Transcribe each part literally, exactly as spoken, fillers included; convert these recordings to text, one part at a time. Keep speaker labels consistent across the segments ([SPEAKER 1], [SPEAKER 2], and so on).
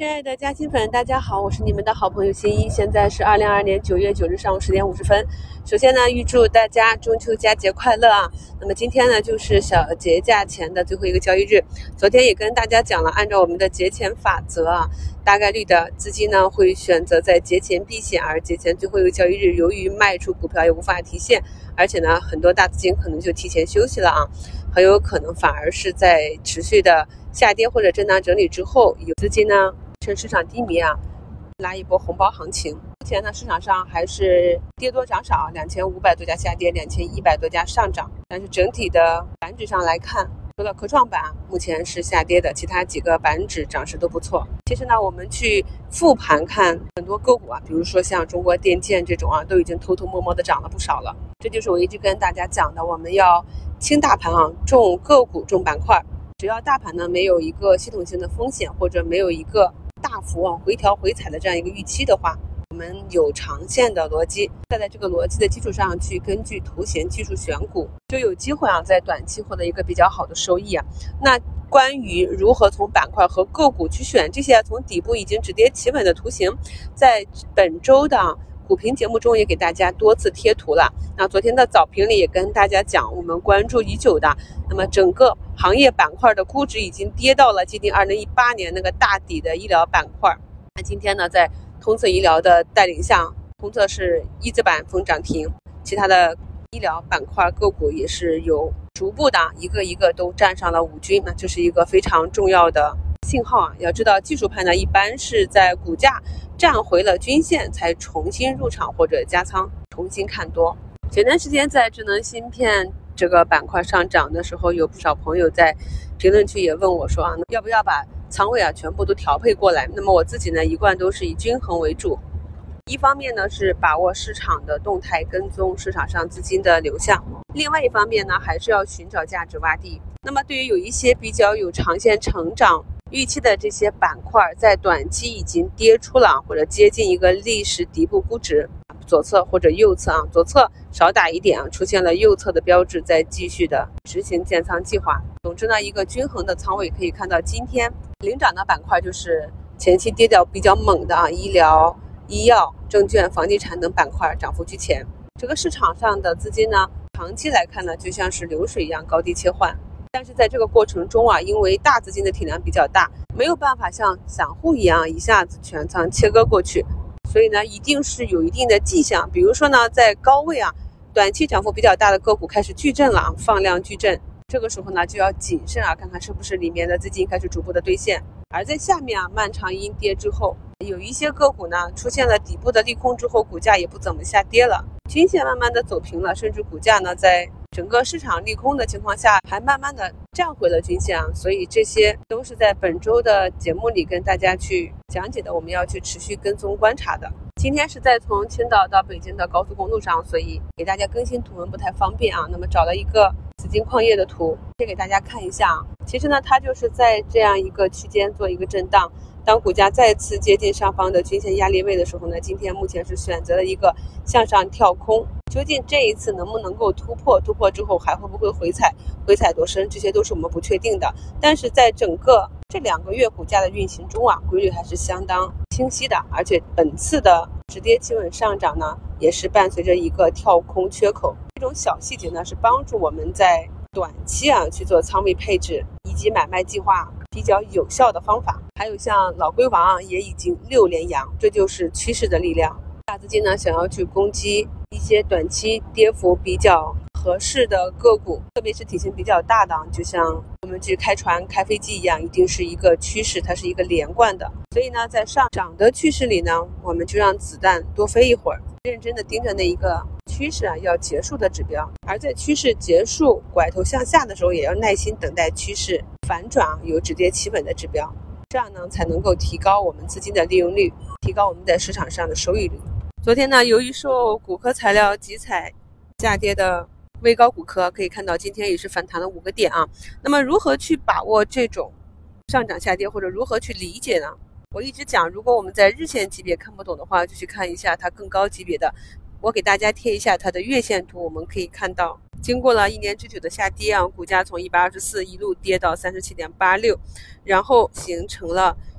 [SPEAKER 1] 亲爱的嘉兴粉，大家好，我是你们的好朋友新一。现在是二零二二年九月九日上午十点五十分。首先呢，预祝大家中秋佳节快乐啊！那么今天呢，就是小节假前的最后一个交易日。昨天也跟大家讲了，按照我们的节前法则啊，大概率的资金呢会选择在节前避险，而节前最后一个交易日，由于卖出股票也无法提现，而且呢，很多大资金可能就提前休息了啊，很有可能反而是在持续的下跌或者震荡整理之后，有资金呢趁市场低迷啊，拉一波红包行情。目前呢，市场上还是跌多涨少，两千五百多家下跌，两千一百多家上涨。但是整体的板指上来看，除了科创板目前是下跌的，其他几个板指涨势都不错。其实呢，我们去复盘看很多个股啊，比如说像中国电建这种啊，都已经偷偷摸摸的涨了不少了。这就是我一直跟大家讲的，我们要轻大盘啊，重个股，重板块。只要大盘呢没有一个系统性的风险，或者没有一个大幅啊回调回踩的这样一个预期的话，我们有长线的逻辑，再在这个逻辑的基础上去根据图形技术选股，就有机会啊在短期获得一个比较好的收益啊。那关于如何从板块和个股去选这些从底部已经止跌企稳的图形，在本周的股评节目中也给大家多次贴图了。那昨天的早评里也跟大家讲，我们关注已久的，那么整个行业板块的估值已经跌到了接近二零一八年那个大底的医疗板块。那今天呢，在通策医疗的带领下，通策是一字板封涨停，其他的医疗板块个股也是有逐步的一个一个都站上了五均，那这是一个非常重要的信号啊。要知道技术派呢，一般是在股价站回了均线才重新入场或者加仓重新看多。前段时间在智能芯片这个板块上涨的时候，有不少朋友在评论区也问我说啊，要不要把仓位啊全部都调配过来？那么我自己呢，一贯都是以均衡为主。一方面呢是把握市场的动态，跟踪市场上资金的流向，另外一方面呢还是要寻找价值洼地。那么对于有一些比较有长线成长预期的这些板块，在短期已经跌出了或者接近一个历史底部估值，左侧或者右侧啊，左侧少打一点啊，出现了右侧的标志，在继续的执行建仓计划。总之呢，一个均衡的仓位。可以看到今天领涨的板块就是前期跌掉比较猛的啊，医疗、医药、证券、房地产等板块涨幅居前。这个市场上的资金呢，长期来看呢，就像是流水一样高低切换。但是在这个过程中啊，因为大资金的体量比较大，没有办法像散户一样一下子全仓切割过去，所以呢，一定是有一定的迹象。比如说呢，在高位啊，短期涨幅比较大的个股开始矩阵了，放量矩阵，这个时候呢就要谨慎啊，看看是不是里面的资金开始逐步的兑现。而在下面啊，漫长阴跌之后，有一些个股呢出现了底部的利空之后，股价也不怎么下跌了，均线慢慢的走平了，甚至股价呢在整个市场利空的情况下还慢慢的站回了均线啊。所以这些都是在本周的节目里跟大家去讲解的，我们要去持续跟踪观察的。今天是在从青岛到北京的高速公路上，所以给大家更新图文不太方便啊。那么找了一个紫金矿业的图，先给大家看一下啊。其实呢，它就是在这样一个区间做一个震荡，当股价再次接近上方的均线压力位的时候呢，今天目前是选择了一个向上跳空。究竟这一次能不能够突破，突破之后还会不会回踩，回踩多深，这些都是我们不确定的。但是在整个这两个月股价的运行中啊，规律还是相当清晰的，而且本次的止跌企稳上涨呢，也是伴随着一个跳空缺口。这种小细节呢，是帮助我们在短期啊去做仓位配置以及买卖计划比较有效的方法。还有像老龟王啊，也已经六连阳，这就是趋势的力量。大资金呢想要去攻击一些短期跌幅比较合适的个股，特别是体型比较大的，就像我们去开船开飞机一样，一定是一个趋势，它是一个连贯的。所以呢，在上涨的趋势里呢，我们就让子弹多飞一会儿，认真的盯着那一个趋势啊要结束的指标。而在趋势结束拐头向下的时候，也要耐心等待趋势反转啊有止跌企稳的指标，这样呢才能够提高我们资金的利用率，提高我们在市场上的收益率。昨天呢，由于受骨科材料集采下跌的微高骨科，可以看到今天也是反弹了五个点啊。那么如何去把握这种上涨下跌，或者如何去理解呢？我一直讲，如果我们在日线级别看不懂的话，就去看一下它更高级别的。我给大家贴一下它的月线图，我们可以看到，经过了一年之久的下跌啊，股价从一百二十四一路跌到 三十七点八六， 然后形成了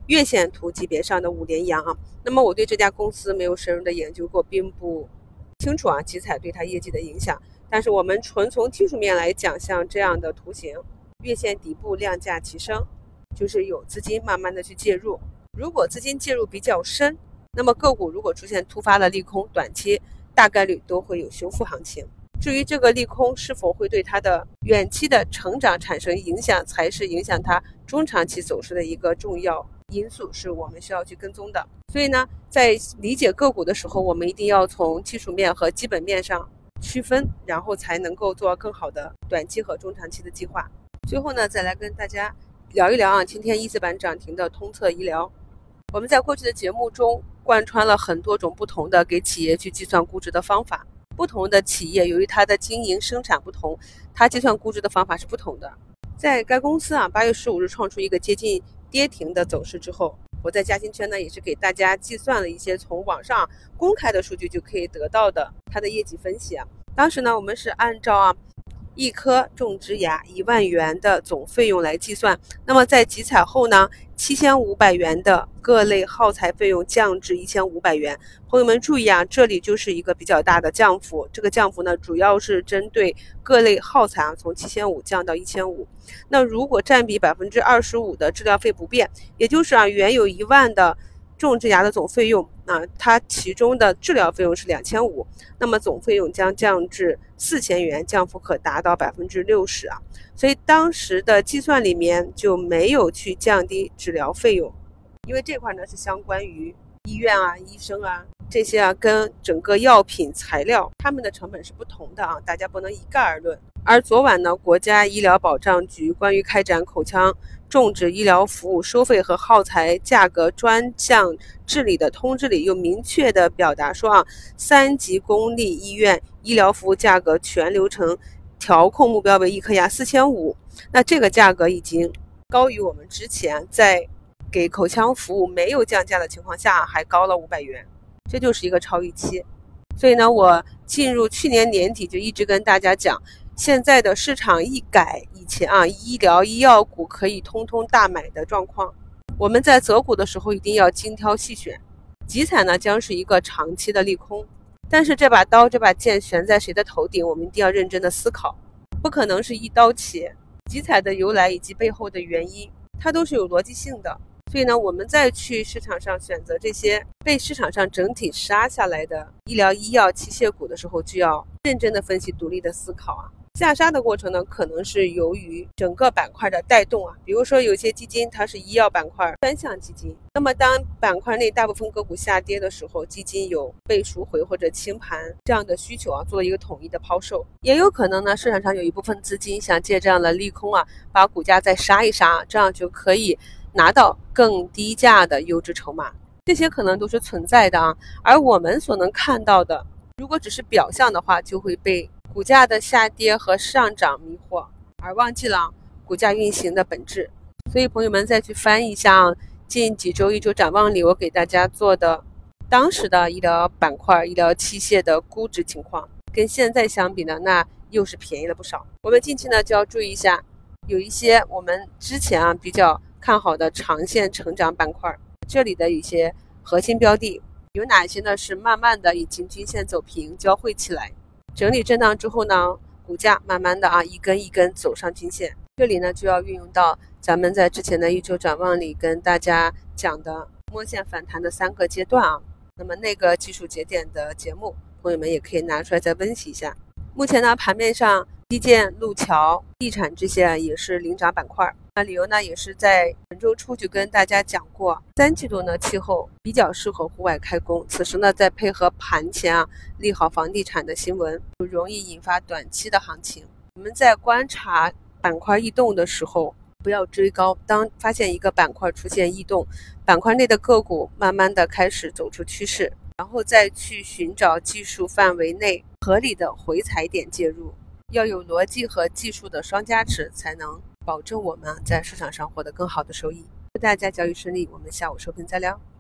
[SPEAKER 1] 月线图级别上的五连阳啊。那么我对这家公司没有深入的研究过，并不清楚啊集采对它业绩的影响。但是我们纯从技术面来讲，像这样的图形，月线底部量价齐升，就是有资金慢慢的去介入。如果资金介入比较深，那么个股如果出现突发的利空，短期大概率都会有修复行情。至于这个利空是否会对它的远期的成长产生影响，才是影响它中长期走势的一个重要因素，是我们需要去跟踪的。所以呢，在理解个股的时候，我们一定要从技术面和基本面上区分，然后才能够做更好的短期和中长期的计划。最后呢，再来跟大家聊一聊啊，今天一字板涨停的通策医疗。我们在过去的节目中贯穿了很多种不同的给企业去计算估值的方法，不同的企业由于它的经营生产不同，它计算估值的方法是不同的。在该公司啊八月十五日创出一个接近跌停的走势之后，我在嘉兴圈呢也是给大家计算了一些从网上公开的数据就可以得到的它的业绩分析啊。当时呢我们是按照啊一颗种植牙一万元的总费用来计算，那么在集采后呢，七千五百元的各类耗材费用降至一千五百元。朋友们注意啊，这里就是一个比较大的降幅，这个降幅呢主要是针对各类耗材啊，从七千五降到一千五。那如果占比 百分之二十五 的治疗费不变，也就是啊原有一万的种植牙的总费用啊，它其中的治疗费用是两千五，那么总费用将降至四千元，降幅可达到 百分之六十 啊。所以当时的计算里面就没有去降低治疗费用，因为这块呢是相关于医院啊、医生啊这些啊，跟整个药品材料他们的成本是不同的啊，大家不能一概而论。而昨晚呢，国家医疗保障局关于开展口腔种植医疗服务收费和耗材价格专项治理的通知里又明确的表达说啊，三级公立医院医疗服务价格全流程调控目标为一颗牙四千五，那这个价格已经高于我们之前在给口腔服务没有降价的情况下还高了五百元，这就是一个超预期。所以呢，我进入去年年底就一直跟大家讲，现在的市场一改以前啊医疗医药股可以通通大买的状况，我们在择股的时候一定要精挑细选。集采呢将是一个长期的利空，但是这把刀这把剑悬在谁的头顶，我们一定要认真的思考，不可能是一刀切。集采的由来以及背后的原因，它都是有逻辑性的。所以呢，我们再去市场上选择这些被市场上整体杀下来的医疗医药器械股的时候，就要认真的分析，独立的思考啊。下杀的过程呢，可能是由于整个板块的带动啊，比如说有些基金它是医药板块专项基金，那么当板块内大部分个股下跌的时候，基金有被赎回或者清盘这样的需求啊，做一个统一的抛售。也有可能呢，市场上有一部分资金想借这样的利空啊，把股价再杀一杀，这样就可以拿到更低价的优质筹码，这些可能都是存在的啊。而我们所能看到的，如果只是表象的话，就会被股价的下跌和上涨迷惑，而忘记了股价运行的本质。所以朋友们再去翻一下近几周一周展望里我给大家做的当时的医疗板块、医疗器械的估值情况，跟现在相比呢，那又是便宜了不少。我们近期呢就要注意一下，有一些我们之前啊比较看好的长线成长板块，这里的一些核心标的有哪些呢？是慢慢的已经均线走平，交汇起来，整理震荡之后呢，股价慢慢的啊一根一根走上均线。这里呢就要运用到咱们在之前的一周展望里跟大家讲的摸线反弹的三个阶段啊。那么那个技术节点的节目，朋友们也可以拿出来再温习一下。目前呢，盘面上基建、路桥、地产这些也是领涨板块。那理由呢，也是在本周初就跟大家讲过，三季度呢气候比较适合户外开工，此时呢再配合盘前啊利好房地产的新闻，就容易引发短期的行情。我们在观察板块异动的时候，不要追高，当发现一个板块出现异动，板块内的个股慢慢的开始走出趋势，然后再去寻找技术范围内合理的回踩点介入，要有逻辑和技术的双加持，才能保证我们在市场上获得更好的收益。祝大家交易顺利，我们下午收评再聊。